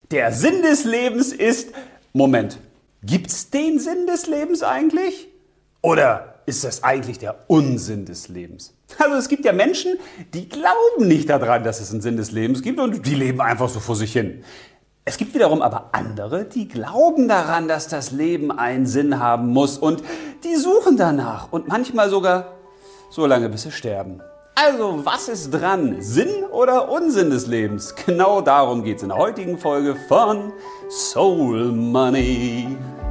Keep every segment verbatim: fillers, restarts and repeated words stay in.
Der Sinn des Lebens ist... Moment, gibt's den Sinn des Lebens eigentlich? Oder ist das eigentlich der Unsinn des Lebens? Also es gibt ja Menschen, die glauben nicht daran, dass es einen Sinn des Lebens gibt und die leben einfach so vor sich hin. Es gibt wiederum aber andere, die glauben daran, dass das Leben einen Sinn haben muss und die suchen danach und manchmal sogar so lange, bis sie sterben. Also, was ist dran? Sinn oder Unsinn des Lebens? Genau darum geht es in der heutigen Folge von Soul Money.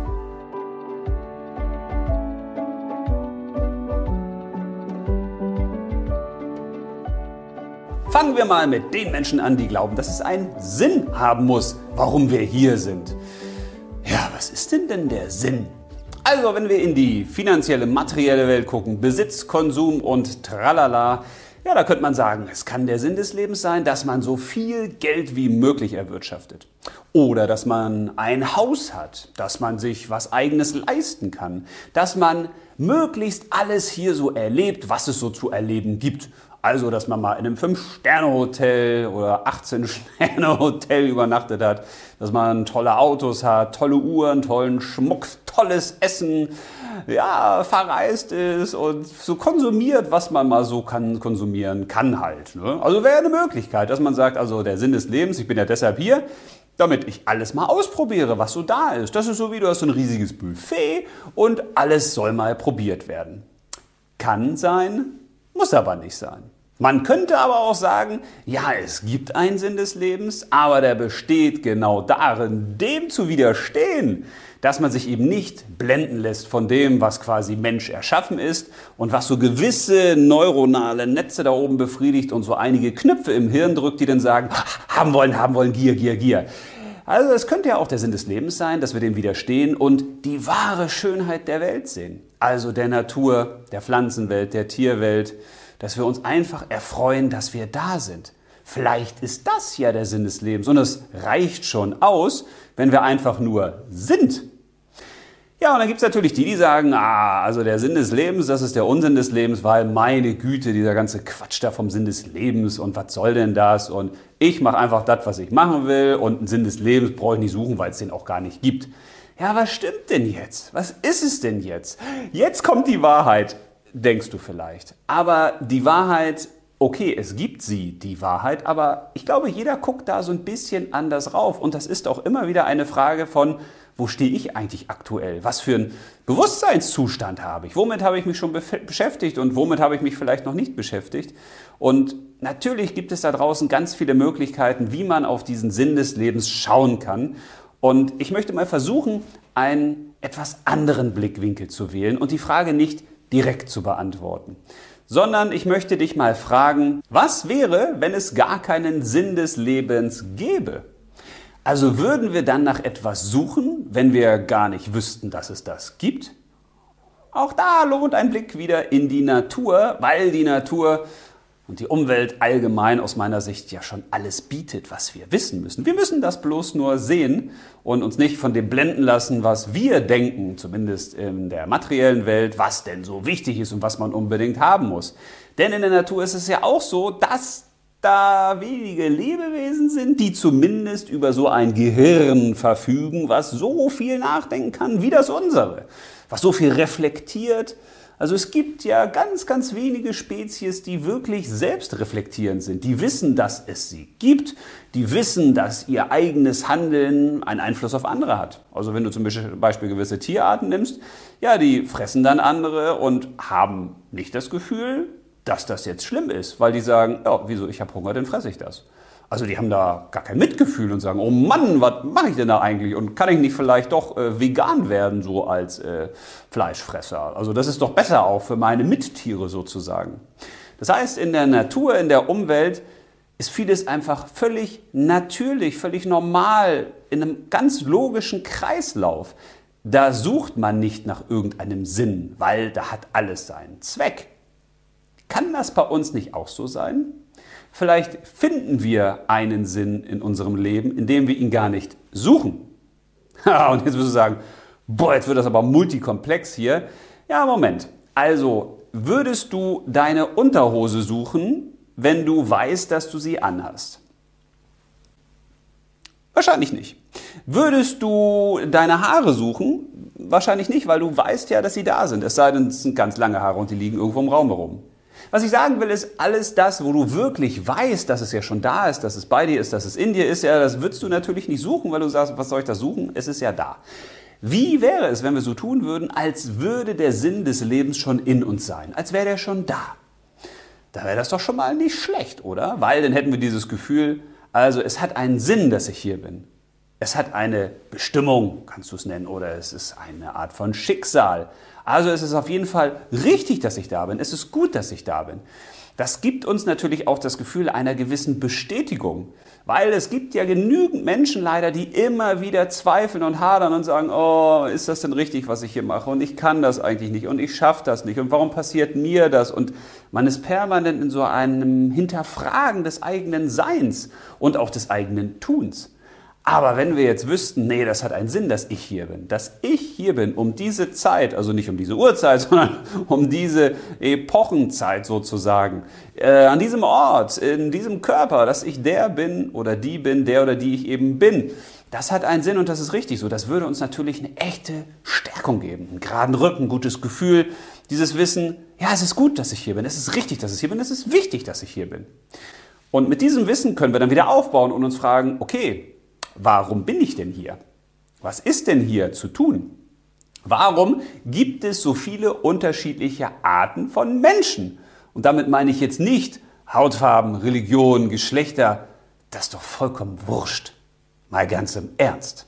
Fangen wir mal mit den Menschen an, die glauben, dass es einen Sinn haben muss, warum wir hier sind. Ja, was ist denn denn der Sinn? Also, wenn wir in die finanzielle, materielle Welt gucken, Besitz, Konsum und tralala, ja, da könnte man sagen, es kann der Sinn des Lebens sein, dass man so viel Geld wie möglich erwirtschaftet. Oder dass man ein Haus hat, dass man sich was Eigenes leisten kann, dass man möglichst alles hier so erlebt, was es so zu erleben gibt. Also, dass man mal in einem fünf-Sterne-Hotel oder achtzehn-Sterne-Hotel übernachtet hat, dass man tolle Autos hat, tolle Uhren, tollen Schmuck, tolles Essen, ja, verreist ist und so konsumiert, was man mal so kann, konsumieren kann halt. Ne? Also wäre eine Möglichkeit, dass man sagt, also der Sinn des Lebens, ich bin ja deshalb hier, damit ich alles mal ausprobiere, was so da ist. Das ist so wie, du hast so ein riesiges Buffet und alles soll mal probiert werden. Kann sein, muss aber nicht sein. Man könnte aber auch sagen, ja, es gibt einen Sinn des Lebens, aber der besteht genau darin, dem zu widerstehen, dass man sich eben nicht blenden lässt von dem, was quasi Mensch erschaffen ist und was so gewisse neuronale Netze da oben befriedigt und so einige Knöpfe im Hirn drückt, die dann sagen, haben wollen, haben wollen, Gier, Gier, Gier. Also es könnte ja auch der Sinn des Lebens sein, dass wir dem widerstehen und die wahre Schönheit der Welt sehen. Also der Natur, der Pflanzenwelt, der Tierwelt, dass wir uns einfach erfreuen, dass wir da sind. Vielleicht ist das ja der Sinn des Lebens und es reicht schon aus, wenn wir einfach nur sind. Ja, und dann gibt es natürlich die, die sagen, ah, also der Sinn des Lebens, das ist der Unsinn des Lebens, weil meine Güte, dieser ganze Quatsch da vom Sinn des Lebens und was soll denn das? Und ich mache einfach das, was ich machen will und einen Sinn des Lebens brauche ich nicht suchen, weil es den auch gar nicht gibt. Ja, was stimmt denn jetzt? Was ist es denn jetzt? Jetzt kommt die Wahrheit, denkst du vielleicht. Aber die Wahrheit, okay, es gibt sie, die Wahrheit, aber ich glaube, jeder guckt da so ein bisschen anders rauf. Und das ist auch immer wieder eine Frage von, wo stehe ich eigentlich aktuell? Was für einen Bewusstseinszustand habe ich? Womit habe ich mich schon beschäftigt und womit habe ich mich vielleicht noch nicht beschäftigt? Und natürlich gibt es da draußen ganz viele Möglichkeiten, wie man auf diesen Sinn des Lebens schauen kann. Und ich möchte mal versuchen, einen etwas anderen Blickwinkel zu wählen und die Frage nicht direkt zu beantworten, sondern ich möchte dich mal fragen, was wäre, wenn es gar keinen Sinn des Lebens gäbe? Also würden wir dann nach etwas suchen, wenn wir gar nicht wüssten, dass es das gibt? Auch da lohnt ein Blick wieder in die Natur, weil die Natur und die Umwelt allgemein aus meiner Sicht ja schon alles bietet, was wir wissen müssen. Wir müssen das bloß nur sehen und uns nicht von dem blenden lassen, was wir denken, zumindest in der materiellen Welt, was denn so wichtig ist und was man unbedingt haben muss. Denn in der Natur ist es ja auch so, dass da wenige Lebewesen sind, die zumindest über so ein Gehirn verfügen, was so viel nachdenken kann wie das unsere, was so viel reflektiert. Also es gibt ja ganz, ganz wenige Spezies, die wirklich selbstreflektierend sind. Die wissen, dass es sie gibt. Die wissen, dass ihr eigenes Handeln einen Einfluss auf andere hat. Also wenn du zum Beispiel gewisse Tierarten nimmst, ja, die fressen dann andere und haben nicht das Gefühl, dass das jetzt schlimm ist. Weil die sagen, ja, wieso, ich habe Hunger, dann fresse ich das. Also die haben da gar kein Mitgefühl und sagen, oh Mann, was mache ich denn da eigentlich? Und kann ich nicht vielleicht doch äh, vegan werden, so als äh, Fleischfresser? Also das ist doch besser auch für meine Mittiere sozusagen. Das heißt, in der Natur, in der Umwelt ist vieles einfach völlig natürlich, völlig normal, in einem ganz logischen Kreislauf. Da sucht man nicht nach irgendeinem Sinn, weil da hat alles seinen Zweck. Kann das bei uns nicht auch so sein? Vielleicht finden wir einen Sinn in unserem Leben, indem wir ihn gar nicht suchen. Und jetzt wirst du sagen, boah, jetzt wird das aber multikomplex hier. Ja, Moment. Also, würdest du deine Unterhose suchen, wenn du weißt, dass du sie anhast? Wahrscheinlich nicht. Würdest du deine Haare suchen? Wahrscheinlich nicht, weil du weißt ja, dass sie da sind. Es sei denn, es sind ganz lange Haare und die liegen irgendwo im Raum herum. Was ich sagen will, ist, alles das, wo du wirklich weißt, dass es ja schon da ist, dass es bei dir ist, dass es in dir ist, ja, das würdest du natürlich nicht suchen, weil du sagst, was soll ich da suchen? Es ist ja da. Wie wäre es, wenn wir so tun würden, als würde der Sinn des Lebens schon in uns sein, als wäre der schon da? Da wäre das doch schon mal nicht schlecht, oder? Weil dann hätten wir dieses Gefühl, also es hat einen Sinn, dass ich hier bin. Es hat eine Bestimmung, kannst du es nennen, oder es ist eine Art von Schicksal. Also es ist auf jeden Fall richtig, dass ich da bin. Es ist gut, dass ich da bin. Das gibt uns natürlich auch das Gefühl einer gewissen Bestätigung. Weil es gibt ja genügend Menschen leider, die immer wieder zweifeln und hadern und sagen, oh, ist das denn richtig, was ich hier mache? Und ich kann das eigentlich nicht und ich schaffe das nicht. Und warum passiert mir das? Und man ist permanent in so einem Hinterfragen des eigenen Seins und auch des eigenen Tuns. Aber wenn wir jetzt wüssten, nee, das hat einen Sinn, dass ich hier bin, dass ich hier bin um diese Zeit, also nicht um diese Uhrzeit, sondern um diese Epochenzeit sozusagen, äh, an diesem Ort, in diesem Körper, dass ich der bin oder die bin, der oder die ich eben bin, das hat einen Sinn und das ist richtig so. Das würde uns natürlich eine echte Stärkung geben, einen geraden Rücken, ein gutes Gefühl, dieses Wissen, ja, es ist gut, dass ich hier bin, es ist richtig, dass ich hier bin, es ist wichtig, dass ich hier bin. Und mit diesem Wissen können wir dann wieder aufbauen und uns fragen, okay, warum bin ich denn hier? Was ist denn hier zu tun? Warum gibt es so viele unterschiedliche Arten von Menschen? Und damit meine ich jetzt nicht Hautfarben, Religion, Geschlechter. Das ist doch vollkommen wurscht. Mal ganz im Ernst.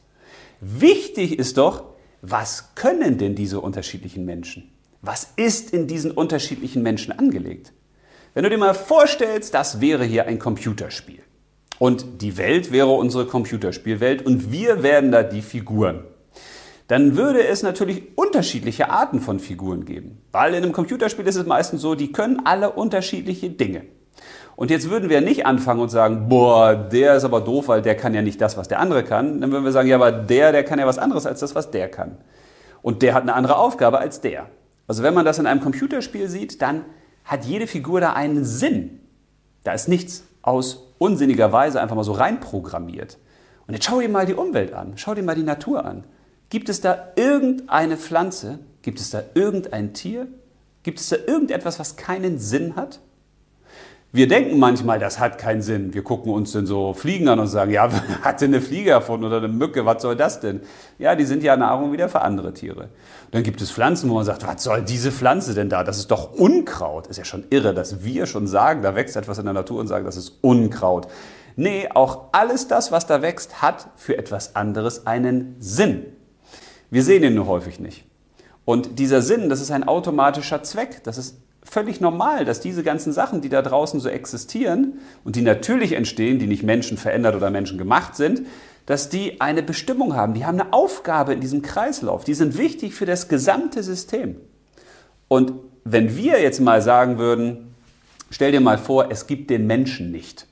Wichtig ist doch, was können denn diese unterschiedlichen Menschen? Was ist in diesen unterschiedlichen Menschen angelegt? Wenn du dir mal vorstellst, das wäre hier ein Computerspiel. Und die Welt wäre unsere Computerspielwelt und wir wären da die Figuren. Dann würde es natürlich unterschiedliche Arten von Figuren geben. Weil in einem Computerspiel ist es meistens so, die können alle unterschiedliche Dinge. Und jetzt würden wir nicht anfangen und sagen, boah, der ist aber doof, weil der kann ja nicht das, was der andere kann. Dann würden wir sagen, ja, aber der, der kann ja was anderes als das, was der kann. Und der hat eine andere Aufgabe als der. Also wenn man das in einem Computerspiel sieht, dann hat jede Figur da einen Sinn. Da ist nichts aus unsinniger Weise einfach mal so reinprogrammiert. Und jetzt schau dir mal die Umwelt an, schau dir mal die Natur an. Gibt es da irgendeine Pflanze? Gibt es da irgendein Tier? Gibt es da irgendetwas, was keinen Sinn hat? Wir denken manchmal, das hat keinen Sinn. Wir gucken uns dann so Fliegen an und sagen, ja, hat denn eine Fliege erfunden oder eine Mücke, was soll das denn? Ja, die sind ja Nahrung wieder für andere Tiere. Und dann gibt es Pflanzen, wo man sagt, was soll diese Pflanze denn da? Das ist doch Unkraut. Ist ja schon irre, dass wir schon sagen, da wächst etwas in der Natur und sagen, das ist Unkraut. Nee, auch alles das, was da wächst, hat für etwas anderes einen Sinn. Wir sehen ihn nur häufig nicht. Und dieser Sinn, das ist ein automatischer Zweck. Das ist völlig normal, dass diese ganzen Sachen, die da draußen so existieren und die natürlich entstehen, die nicht Menschen verändert oder Menschen gemacht sind, dass die eine Bestimmung haben. Die haben eine Aufgabe in diesem Kreislauf. Die sind wichtig für das gesamte System. Und wenn wir jetzt mal sagen würden, stell dir mal vor, es gibt den Menschen nicht.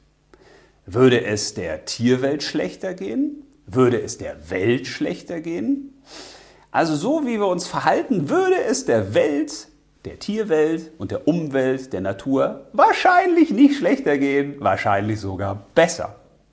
Würde es der Tierwelt schlechter gehen? Würde es der Welt schlechter gehen? Also so wie wir uns verhalten, würde es der Welt, der Tierwelt und der Umwelt, der Natur wahrscheinlich nicht schlechter gehen, wahrscheinlich sogar besser.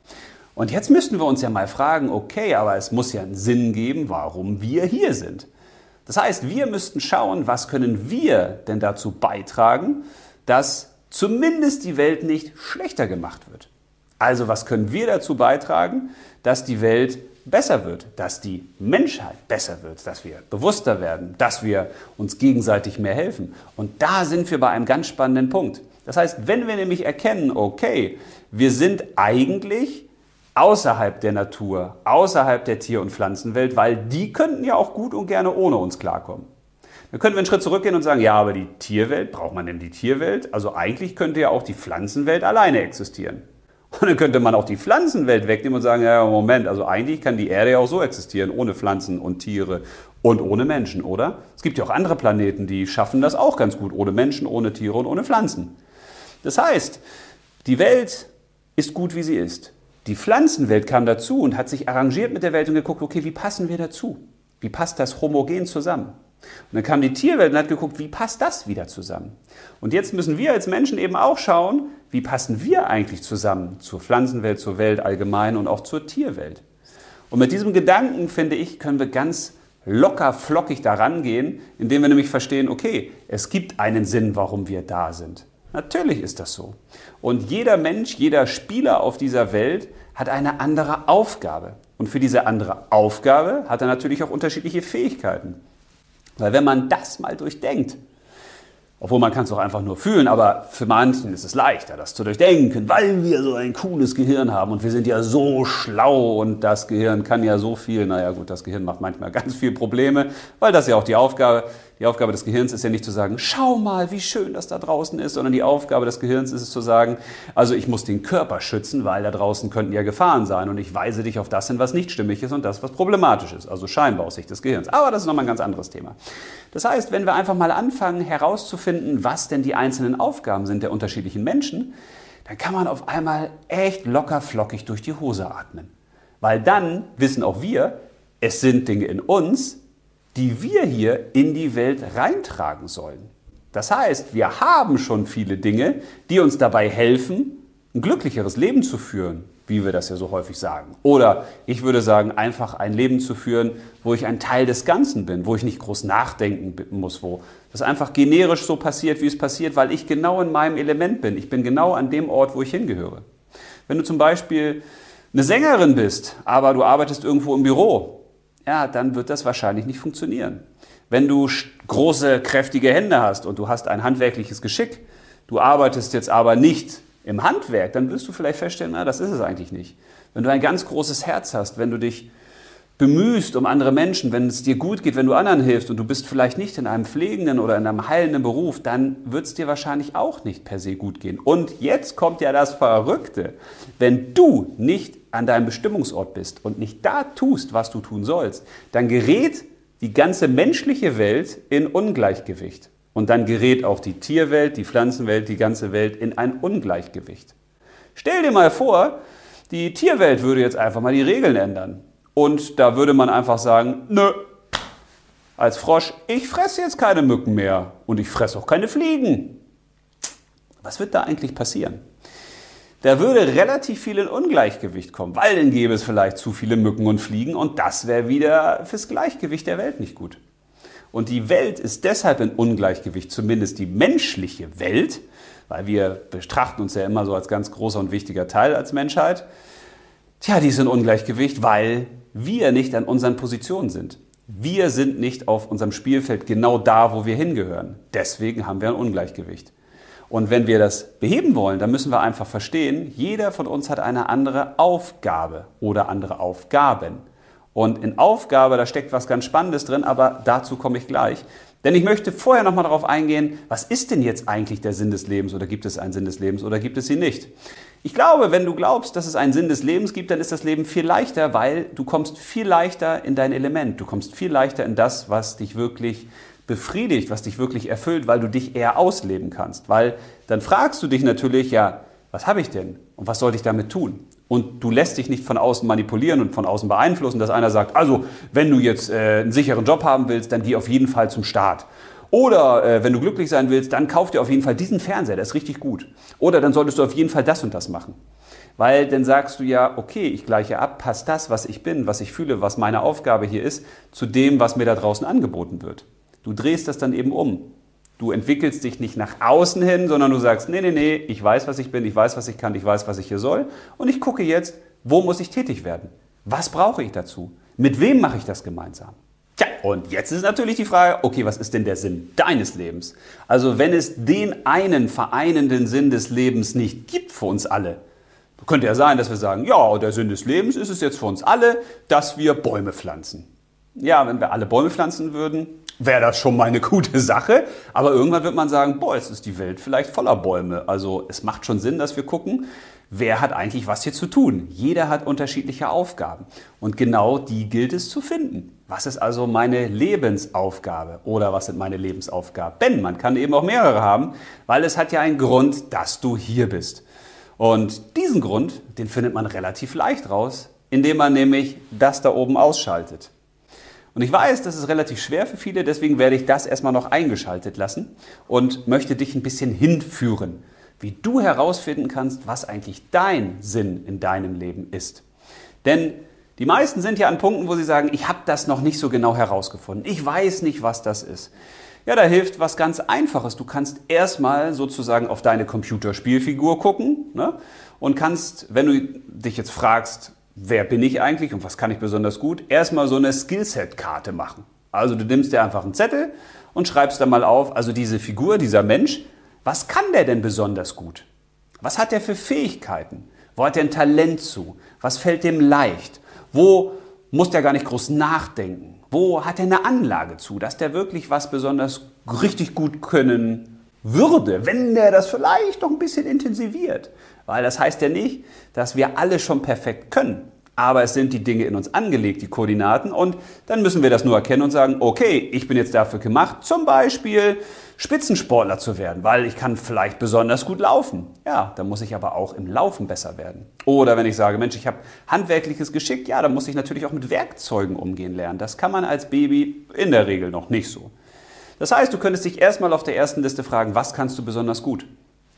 Und jetzt müssten wir uns ja mal fragen, okay, aber es muss ja einen Sinn geben, warum wir hier sind. Das heißt, wir müssten schauen, was können wir denn dazu beitragen, dass zumindest die Welt nicht schlechter gemacht wird. Also was können wir dazu beitragen, dass die Welt besser wird, dass die Menschheit besser wird, dass wir bewusster werden, dass wir uns gegenseitig mehr helfen. Und da sind wir bei einem ganz spannenden Punkt. Das heißt, wenn wir nämlich erkennen, okay, wir sind eigentlich außerhalb der Natur, außerhalb der Tier- und Pflanzenwelt, weil die könnten ja auch gut und gerne ohne uns klarkommen. Dann könnten wir einen Schritt zurückgehen und sagen, ja, aber die Tierwelt, braucht man denn die Tierwelt? Also eigentlich könnte ja auch die Pflanzenwelt alleine existieren. Und dann könnte man auch die Pflanzenwelt wegnehmen und sagen, ja, Moment, also eigentlich kann die Erde ja auch so existieren, ohne Pflanzen und Tiere und ohne Menschen, oder? Es gibt ja auch andere Planeten, die schaffen das auch ganz gut, ohne Menschen, ohne Tiere und ohne Pflanzen. Das heißt, die Welt ist gut, wie sie ist. Die Pflanzenwelt kam dazu und hat sich arrangiert mit der Welt und geguckt, okay, wie passen wir dazu? Wie passt das homogen zusammen? Und dann kam die Tierwelt und hat geguckt, wie passt das wieder zusammen? Und jetzt müssen wir als Menschen eben auch schauen, wie passen wir eigentlich zusammen zur Pflanzenwelt, zur Welt allgemein und auch zur Tierwelt? Und mit diesem Gedanken, finde ich, können wir ganz locker flockig daran gehen, indem wir nämlich verstehen, okay, es gibt einen Sinn, warum wir da sind. Natürlich ist das so. Und jeder Mensch, jeder Spieler auf dieser Welt hat eine andere Aufgabe. Und für diese andere Aufgabe hat er natürlich auch unterschiedliche Fähigkeiten. Weil wenn man das mal durchdenkt, obwohl man kann es auch einfach nur fühlen, aber für manchen ist es leichter, das zu durchdenken, weil wir so ein cooles Gehirn haben und wir sind ja so schlau und das Gehirn kann ja so viel. Naja gut, das Gehirn macht manchmal ganz viel Probleme, weil das ja auch die Aufgabe, die Aufgabe des Gehirns ist ja nicht zu sagen, schau mal, wie schön das da draußen ist, sondern die Aufgabe des Gehirns ist es zu sagen, also ich muss den Körper schützen, weil da draußen könnten ja Gefahren sein und ich weise dich auf das hin, was nicht stimmig ist und das, was problematisch ist, also scheinbar aus Sicht des Gehirns. Aber das ist nochmal ein ganz anderes Thema. Das heißt, wenn wir einfach mal anfangen herauszufinden, was denn die einzelnen Aufgaben sind der unterschiedlichen Menschen, dann kann man auf einmal echt locker flockig durch die Hose atmen. Weil dann wissen auch wir, es sind Dinge in uns, die wir hier in die Welt reintragen sollen. Das heißt, wir haben schon viele Dinge, die uns dabei helfen, ein glücklicheres Leben zu führen, wie wir das ja so häufig sagen. Oder ich würde sagen, einfach ein Leben zu führen, wo ich ein Teil des Ganzen bin, wo ich nicht groß nachdenken muss, wo das einfach generisch so passiert, wie es passiert, weil ich genau in meinem Element bin. Ich bin genau an dem Ort, wo ich hingehöre. Wenn du zum Beispiel eine Sängerin bist, aber du arbeitest irgendwo im Büro, ja, dann wird das wahrscheinlich nicht funktionieren. Wenn du große, kräftige Hände hast und du hast ein handwerkliches Geschick, du arbeitest jetzt aber nicht im Handwerk, dann wirst du vielleicht feststellen, na, das ist es eigentlich nicht. Wenn du ein ganz großes Herz hast, wenn du dich bemühst um andere Menschen, wenn es dir gut geht, wenn du anderen hilfst und du bist vielleicht nicht in einem pflegenden oder in einem heilenden Beruf, dann wird es dir wahrscheinlich auch nicht per se gut gehen. Und jetzt kommt ja das Verrückte. Wenn du nicht an deinem Bestimmungsort bist und nicht da tust, was du tun sollst, dann gerät die ganze menschliche Welt in Ungleichgewicht. Und dann gerät auch die Tierwelt, die Pflanzenwelt, die ganze Welt in ein Ungleichgewicht. Stell dir mal vor, die Tierwelt würde jetzt einfach mal die Regeln ändern. Und da würde man einfach sagen, nö, als Frosch, ich fresse jetzt keine Mücken mehr und ich fresse auch keine Fliegen. Was wird da eigentlich passieren? Da würde relativ viel in Ungleichgewicht kommen, weil dann gäbe es vielleicht zu viele Mücken und Fliegen und das wäre wieder fürs Gleichgewicht der Welt nicht gut. Und die Welt ist deshalb in Ungleichgewicht, zumindest die menschliche Welt, weil wir betrachten uns ja immer so als ganz großer und wichtiger Teil als Menschheit. Tja, die ist in Ungleichgewicht, weil wir nicht an unseren Positionen sind. Wir sind nicht auf unserem Spielfeld genau da, wo wir hingehören. Deswegen haben wir ein Ungleichgewicht. Und wenn wir das beheben wollen, dann müssen wir einfach verstehen, jeder von uns hat eine andere Aufgabe oder andere Aufgaben. Und in Aufgabe, da steckt was ganz Spannendes drin, aber dazu komme ich gleich. Denn ich möchte vorher nochmal darauf eingehen, was ist denn jetzt eigentlich der Sinn des Lebens oder gibt es einen Sinn des Lebens oder gibt es ihn nicht? Ich glaube, wenn du glaubst, dass es einen Sinn des Lebens gibt, dann ist das Leben viel leichter, weil du kommst viel leichter in dein Element. Du kommst viel leichter in das, was dich wirklich befriedigt, was dich wirklich erfüllt, weil du dich eher ausleben kannst. Weil dann fragst du dich natürlich, ja, was habe ich denn und was sollte ich damit tun? Und du lässt dich nicht von außen manipulieren und von außen beeinflussen, dass einer sagt, also wenn du jetzt äh, einen sicheren Job haben willst, dann geh auf jeden Fall zum Staat. Oder äh, wenn du glücklich sein willst, dann kauf dir auf jeden Fall diesen Fernseher, der ist richtig gut. Oder dann solltest du auf jeden Fall das und das machen. Weil dann sagst du ja, okay, ich gleiche ab, passt das, was ich bin, was ich fühle, was meine Aufgabe hier ist, zu dem, was mir da draußen angeboten wird. Du drehst das dann eben um. Du entwickelst dich nicht nach außen hin, sondern du sagst, nee, nee, nee, ich weiß, was ich bin, ich weiß, was ich kann, ich weiß, was ich hier soll. Und ich gucke jetzt, wo muss ich tätig werden? Was brauche ich dazu? Mit wem mache ich das gemeinsam? Tja, und jetzt ist natürlich die Frage, okay, was ist denn der Sinn deines Lebens? Also wenn es den einen vereinenden Sinn des Lebens nicht gibt für uns alle, könnte ja sein, dass wir sagen, ja, der Sinn des Lebens ist es jetzt für uns alle, dass wir Bäume pflanzen. Ja, wenn wir alle Bäume pflanzen würden, wäre das schon mal eine gute Sache. Aber irgendwann wird man sagen, boah, jetzt ist die Welt vielleicht voller Bäume. Also es macht schon Sinn, dass wir gucken, wer hat eigentlich was hier zu tun. Jeder hat unterschiedliche Aufgaben. Und genau die gilt es zu finden. Was ist also meine Lebensaufgabe oder was sind meine Lebensaufgaben? Man kann eben auch mehrere haben, weil es hat ja einen Grund, dass du hier bist. Und diesen Grund, den findet man relativ leicht raus, indem man nämlich das da oben ausschaltet. Und ich weiß, das ist relativ schwer für viele, deswegen werde ich das erstmal noch eingeschaltet lassen und möchte dich ein bisschen hinführen, wie du herausfinden kannst, was eigentlich dein Sinn in deinem Leben ist. Denn Die meisten sind ja an Punkten, wo sie sagen, ich habe das noch nicht so genau herausgefunden. Ich weiß nicht, was das ist. Ja, da hilft was ganz Einfaches. Du kannst erstmal sozusagen auf deine Computerspielfigur gucken, ne? Und kannst, wenn du dich jetzt fragst, wer bin ich eigentlich und was kann ich besonders gut, erstmal so eine Skillset-Karte machen. Also du nimmst dir einfach einen Zettel und schreibst da mal auf, also diese Figur, dieser Mensch, was kann der denn besonders gut? Was hat der für Fähigkeiten? Wo hat er ein Talent zu? Was fällt dem leicht? Wo muss der gar nicht groß nachdenken? Wo hat er eine Anlage zu, dass der wirklich was besonders richtig gut können würde, wenn der das vielleicht noch ein bisschen intensiviert? Weil das heißt ja nicht, dass wir alle schon perfekt können. Aber es sind die Dinge in uns angelegt, die Koordinaten. Und dann müssen wir das nur erkennen und sagen, okay, ich bin jetzt dafür gemacht, zum Beispiel Spitzensportler zu werden, weil ich kann vielleicht besonders gut laufen. Ja, dann muss ich aber auch im Laufen besser werden. Oder wenn ich sage, Mensch, ich habe handwerkliches Geschick, ja, dann muss ich natürlich auch mit Werkzeugen umgehen lernen. Das kann man als Baby in der Regel noch nicht so. Das heißt, du könntest dich erstmal auf der ersten Liste fragen, was kannst du besonders gut?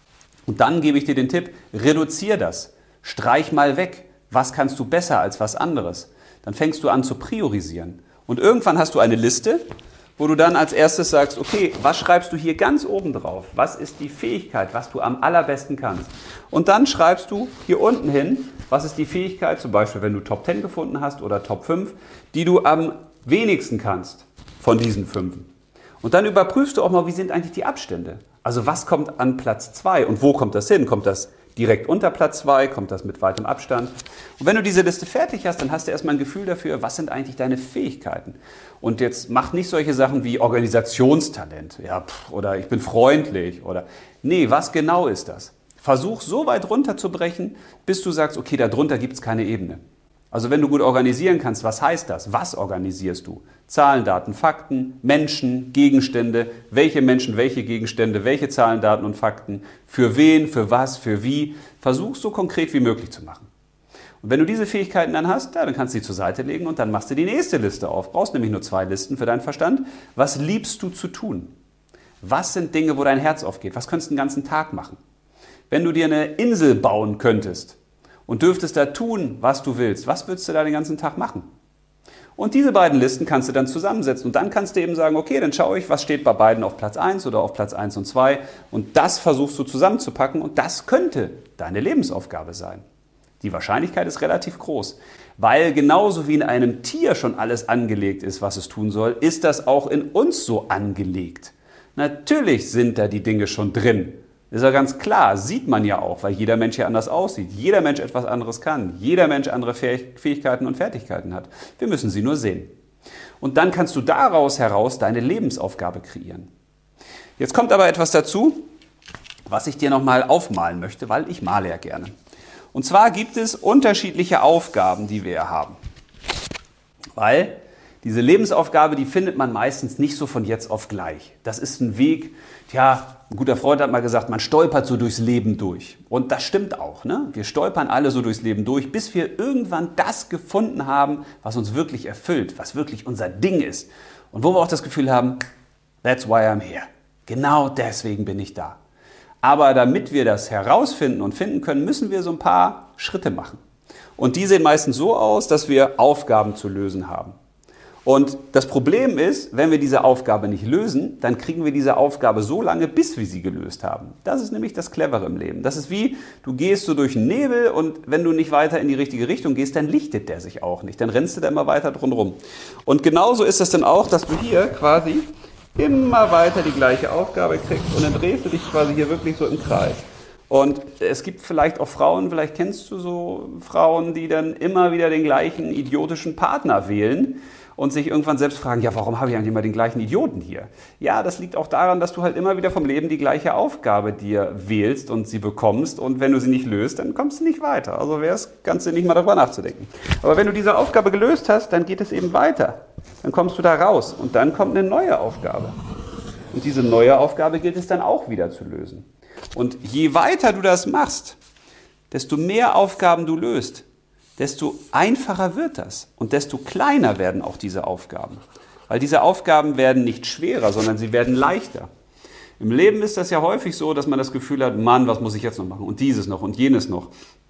Und dann gebe ich dir den Tipp, reduzier das, streich mal weg. Was kannst du besser als was anderes? Dann fängst du an zu priorisieren. Und irgendwann hast du eine Liste, wo du dann als erstes sagst, okay, was schreibst du hier ganz oben drauf? Was ist die Fähigkeit, was du am allerbesten kannst? Und dann schreibst du hier unten hin, was ist die Fähigkeit, zum Beispiel wenn du Top zehn gefunden hast oder Top fünf, die du am wenigsten kannst von diesen fünf. Und dann überprüfst du auch mal, wie sind eigentlich die Abstände? Also was kommt an Platz zwei und wo kommt das hin? Kommt das direkt unter Platz zwei, kommt das mit weitem Abstand? Und wenn du diese Liste fertig hast, dann hast du erstmal ein Gefühl dafür, was sind eigentlich deine Fähigkeiten? Und jetzt mach nicht solche Sachen wie Organisationstalent, ja, pff, oder ich bin freundlich oder nee, was genau ist das? Versuch so weit runterzubrechen, bis du sagst, okay, darunter gibt es keine Ebene. Also wenn du gut organisieren kannst, was heißt das? Was organisierst du? Zahlen, Daten, Fakten, Menschen, Gegenstände, welche Menschen, welche Gegenstände, welche Zahlen, Daten und Fakten, für wen, für was, für wie. Versuch so konkret wie möglich zu machen. Und wenn du diese Fähigkeiten dann hast, ja, dann kannst du sie zur Seite legen und dann machst du die nächste Liste auf. Brauchst nämlich nur zwei Listen für deinen Verstand. Was liebst du zu tun? Was sind Dinge, wo dein Herz aufgeht? Was könntest du den ganzen Tag machen? Wenn du dir eine Insel bauen könntest und dürftest da tun, was du willst, was würdest du da den ganzen Tag machen? Und diese beiden Listen kannst du dann zusammensetzen und dann kannst du eben sagen, okay, dann schaue ich, was steht bei beiden auf Platz eins oder auf Platz eins und zwei und das versuchst du zusammenzupacken und das könnte deine Lebensaufgabe sein. Die Wahrscheinlichkeit ist relativ groß, weil genauso wie in einem Tier schon alles angelegt ist, was es tun soll, ist das auch in uns so angelegt. Natürlich sind da die Dinge schon drin. Das ist ja ganz klar, sieht man ja auch, weil jeder Mensch ja anders aussieht, jeder Mensch etwas anderes kann, jeder Mensch andere Fähigkeiten und Fertigkeiten hat. Wir müssen sie nur sehen. Und dann kannst du daraus heraus deine Lebensaufgabe kreieren. Jetzt kommt aber etwas dazu, was ich dir nochmal aufmalen möchte, weil ich male ja gerne. Und zwar gibt es unterschiedliche Aufgaben, die wir haben. Weil diese Lebensaufgabe, die findet man meistens nicht so von jetzt auf gleich. Das ist ein Weg, tja, ein guter Freund hat mal gesagt, man stolpert so durchs Leben durch. Und das stimmt auch, ne? Wir stolpern alle so durchs Leben durch, bis wir irgendwann das gefunden haben, was uns wirklich erfüllt, was wirklich unser Ding ist. Und wo wir auch das Gefühl haben, that's why I'm here. Genau deswegen bin ich da. Aber damit wir das herausfinden und finden können, müssen wir so ein paar Schritte machen. Und die sehen meistens so aus, dass wir Aufgaben zu lösen haben. Und das Problem ist, wenn wir diese Aufgabe nicht lösen, dann kriegen wir diese Aufgabe so lange, bis wir sie gelöst haben. Das ist nämlich das Clevere im Leben. Das ist wie, du gehst so durch den Nebel und wenn du nicht weiter in die richtige Richtung gehst, dann lichtet der sich auch nicht. Dann rennst du da immer weiter drum rum. Und genauso ist es dann auch, dass du hier quasi immer weiter die gleiche Aufgabe kriegst und dann drehst du dich quasi hier wirklich so im Kreis. Und es gibt vielleicht auch Frauen, vielleicht kennst du so Frauen, die dann immer wieder den gleichen idiotischen Partner wählen und sich irgendwann selbst fragen, ja, warum habe ich eigentlich immer den gleichen Idioten hier? Ja, das liegt auch daran, dass du halt immer wieder vom Leben die gleiche Aufgabe dir wählst und sie bekommst und wenn du sie nicht löst, dann kommst du nicht weiter. Also wäre es ganz sinnig, mal darüber nachzudenken. Aber wenn du diese Aufgabe gelöst hast, dann geht es eben weiter. Dann kommst du da raus und dann kommt eine neue Aufgabe. Und diese neue Aufgabe gilt es dann auch wieder zu lösen. Und je weiter du das machst, desto mehr Aufgaben du löst, desto einfacher wird das und desto kleiner werden auch diese Aufgaben. Weil diese Aufgaben werden nicht schwerer, sondern sie werden leichter. Im Leben ist das ja häufig so, dass man das Gefühl hat, Mann, was muss ich jetzt noch machen und dieses noch und jenes noch.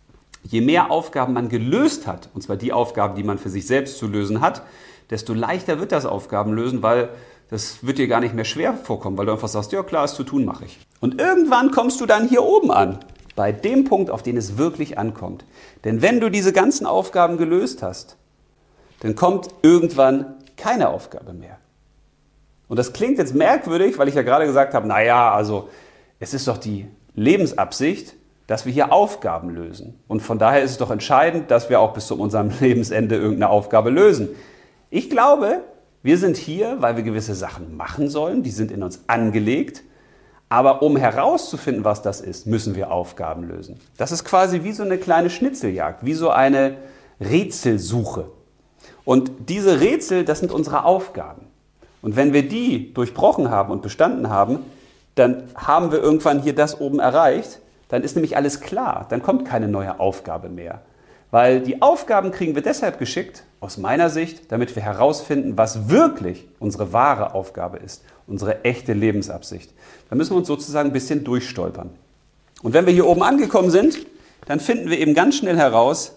Je mehr Aufgaben man gelöst hat, und zwar die Aufgaben, die man für sich selbst zu lösen hat, desto leichter wird das Aufgabenlösen, weil das wird dir gar nicht mehr schwer vorkommen, weil du einfach sagst, ja klar, ist zu tun, mache ich. Und irgendwann kommst du dann hier oben an, bei dem Punkt, auf den es wirklich ankommt. Denn wenn du diese ganzen Aufgaben gelöst hast, dann kommt irgendwann keine Aufgabe mehr. Und das klingt jetzt merkwürdig, weil ich ja gerade gesagt habe, naja, also es ist doch die Lebensabsicht, dass wir hier Aufgaben lösen. Und von daher ist es doch entscheidend, dass wir auch bis zu unserem Lebensende irgendeine Aufgabe lösen. Ich glaube, wir sind hier, weil wir gewisse Sachen machen sollen, die sind in uns angelegt. Aber um herauszufinden, was das ist, müssen wir Aufgaben lösen. Das ist quasi wie so eine kleine Schnitzeljagd, wie so eine Rätselsuche. Und diese Rätsel, das sind unsere Aufgaben. Und wenn wir die durchbrochen haben und bestanden haben, dann haben wir irgendwann hier das oben erreicht. Dann ist nämlich alles klar. Dann kommt keine neue Aufgabe mehr. Weil die Aufgaben kriegen wir deshalb geschickt, aus meiner Sicht, damit wir herausfinden, was wirklich unsere wahre Aufgabe ist, unsere echte Lebensabsicht. Da müssen wir uns sozusagen ein bisschen durchstolpern. Und wenn wir hier oben angekommen sind, dann finden wir eben ganz schnell heraus,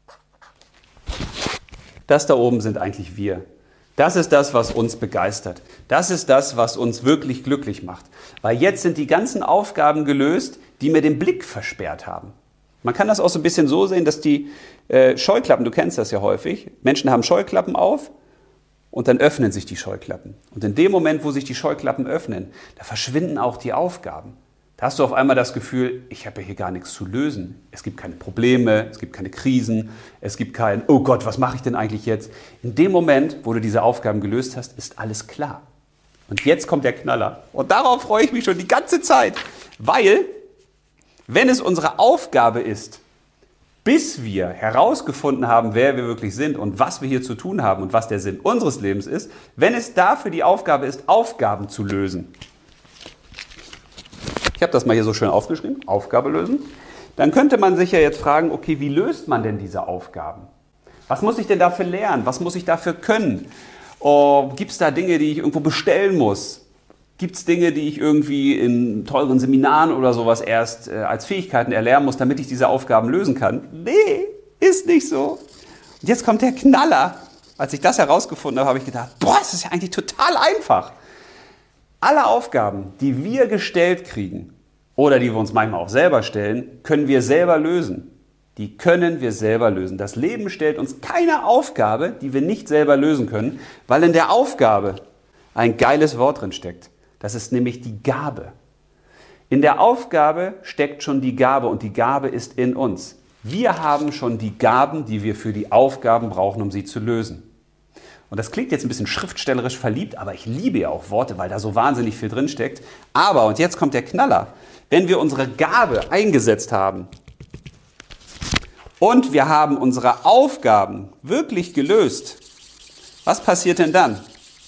das da oben sind eigentlich wir. Das ist das, was uns begeistert. Das ist das, was uns wirklich glücklich macht. Weil jetzt sind die ganzen Aufgaben gelöst, die mir den Blick versperrt haben. Man kann das auch so ein bisschen so sehen, dass die äh, Scheuklappen, du kennst das ja häufig, Menschen haben Scheuklappen auf und dann öffnen sich die Scheuklappen. Und in dem Moment, wo sich die Scheuklappen öffnen, da verschwinden auch die Aufgaben. Da hast du auf einmal das Gefühl, ich habe ja hier gar nichts zu lösen. Es gibt keine Probleme, es gibt keine Krisen, es gibt kein, oh Gott, was mache ich denn eigentlich jetzt? In dem Moment, wo du diese Aufgaben gelöst hast, ist alles klar. Und jetzt kommt der Knaller. Und darauf freue ich mich schon die ganze Zeit, weil, wenn es unsere Aufgabe ist, bis wir herausgefunden haben, wer wir wirklich sind und was wir hier zu tun haben und was der Sinn unseres Lebens ist, wenn es dafür die Aufgabe ist, Aufgaben zu lösen, ich habe das mal hier so schön aufgeschrieben, Aufgabe lösen. Dann könnte man sich ja jetzt fragen, okay, wie löst man denn diese Aufgaben? Was muss ich denn dafür lernen? Was muss ich dafür können? Oh, gibt es da Dinge, die ich irgendwo bestellen muss? Gibt es Dinge, die ich irgendwie in teuren Seminaren oder sowas erst äh, als Fähigkeiten erlernen muss, damit ich diese Aufgaben lösen kann? Nee, ist nicht so. Und jetzt kommt der Knaller. Als ich das herausgefunden habe, habe ich gedacht, boah, das ist ja eigentlich total einfach. Alle Aufgaben, die wir gestellt kriegen oder die wir uns manchmal auch selber stellen, können wir selber lösen. Die können wir selber lösen. Das Leben stellt uns keine Aufgabe, die wir nicht selber lösen können, weil in der Aufgabe ein geiles Wort drin steckt. Das ist nämlich die Gabe. In der Aufgabe steckt schon die Gabe und die Gabe ist in uns. Wir haben schon die Gaben, die wir für die Aufgaben brauchen, um sie zu lösen. Und das klingt jetzt ein bisschen schriftstellerisch verliebt, aber ich liebe ja auch Worte, weil da so wahnsinnig viel drin steckt. Aber, und jetzt kommt der Knaller, wenn wir unsere Gabe eingesetzt haben und wir haben unsere Aufgaben wirklich gelöst, was passiert denn dann?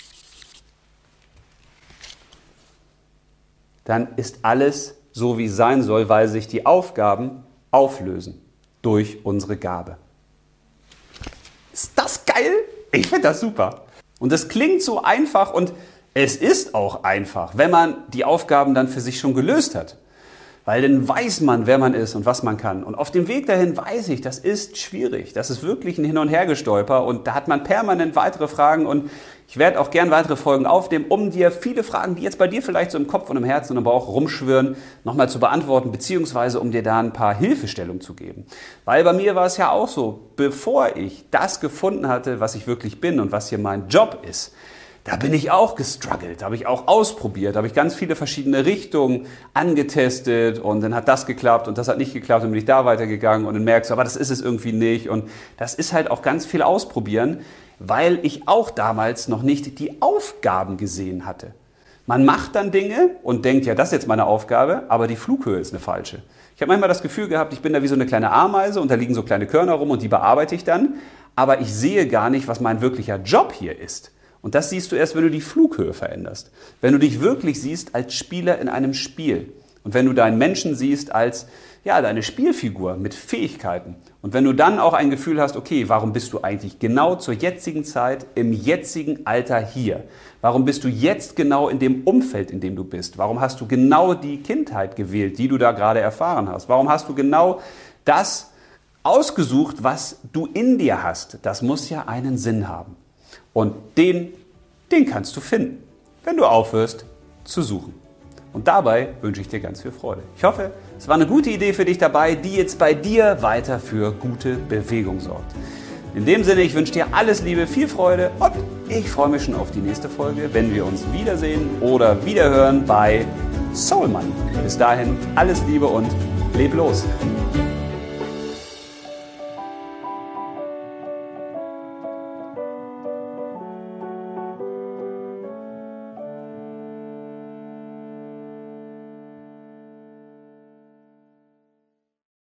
Dann ist alles so, wie es sein soll, weil sich die Aufgaben auflösen durch unsere Gabe. Ist das geil? Ich finde das super. Und das klingt so einfach und es ist auch einfach, wenn man die Aufgaben dann für sich schon gelöst hat. Weil dann weiß man, wer man ist und was man kann. Und auf dem Weg dahin weiß ich, das ist schwierig. Das ist wirklich ein Hin- und Hergestolper und da hat man permanent weitere Fragen und ich werde auch gern weitere Folgen aufnehmen, um dir viele Fragen, die jetzt bei dir vielleicht so im Kopf und im Herzen und im Bauch rumschwirren, nochmal zu beantworten, beziehungsweise um dir da ein paar Hilfestellungen zu geben. Weil bei mir war es ja auch so, bevor ich das gefunden hatte, was ich wirklich bin und was hier mein Job ist, da bin ich auch gestruggelt, da habe ich auch ausprobiert, da habe ich ganz viele verschiedene Richtungen angetestet und dann hat das geklappt und das hat nicht geklappt und bin ich da weitergegangen und dann merkst du, aber das ist es irgendwie nicht und das ist halt auch ganz viel ausprobieren, weil ich auch damals noch nicht die Aufgaben gesehen hatte. Man macht dann Dinge und denkt, ja, das ist jetzt meine Aufgabe, aber die Flughöhe ist eine falsche. Ich habe manchmal das Gefühl gehabt, ich bin da wie so eine kleine Ameise und da liegen so kleine Körner rum und die bearbeite ich dann, aber ich sehe gar nicht, was mein wirklicher Job hier ist. Und das siehst du erst, wenn du die Flughöhe veränderst. Wenn du dich wirklich siehst als Spieler in einem Spiel. Und wenn du deinen Menschen siehst als ja, deine Spielfigur mit Fähigkeiten. Und wenn du dann auch ein Gefühl hast, okay, warum bist du eigentlich genau zur jetzigen Zeit, im jetzigen Alter hier? Warum bist du jetzt genau in dem Umfeld, in dem du bist? Warum hast du genau die Kindheit gewählt, die du da gerade erfahren hast? Warum hast du genau das ausgesucht, was du in dir hast. Das muss ja einen Sinn haben. Und den, den kannst du finden, wenn du aufhörst zu suchen. Und dabei wünsche ich dir ganz viel Freude. Ich hoffe, es war eine gute Idee für dich dabei, die jetzt bei dir weiter für gute Bewegung sorgt. In dem Sinne, ich wünsche dir alles Liebe, viel Freude und ich freue mich schon auf die nächste Folge, wenn wir uns wiedersehen oder wiederhören bei Soul Money. Bis dahin, alles Liebe und leb los!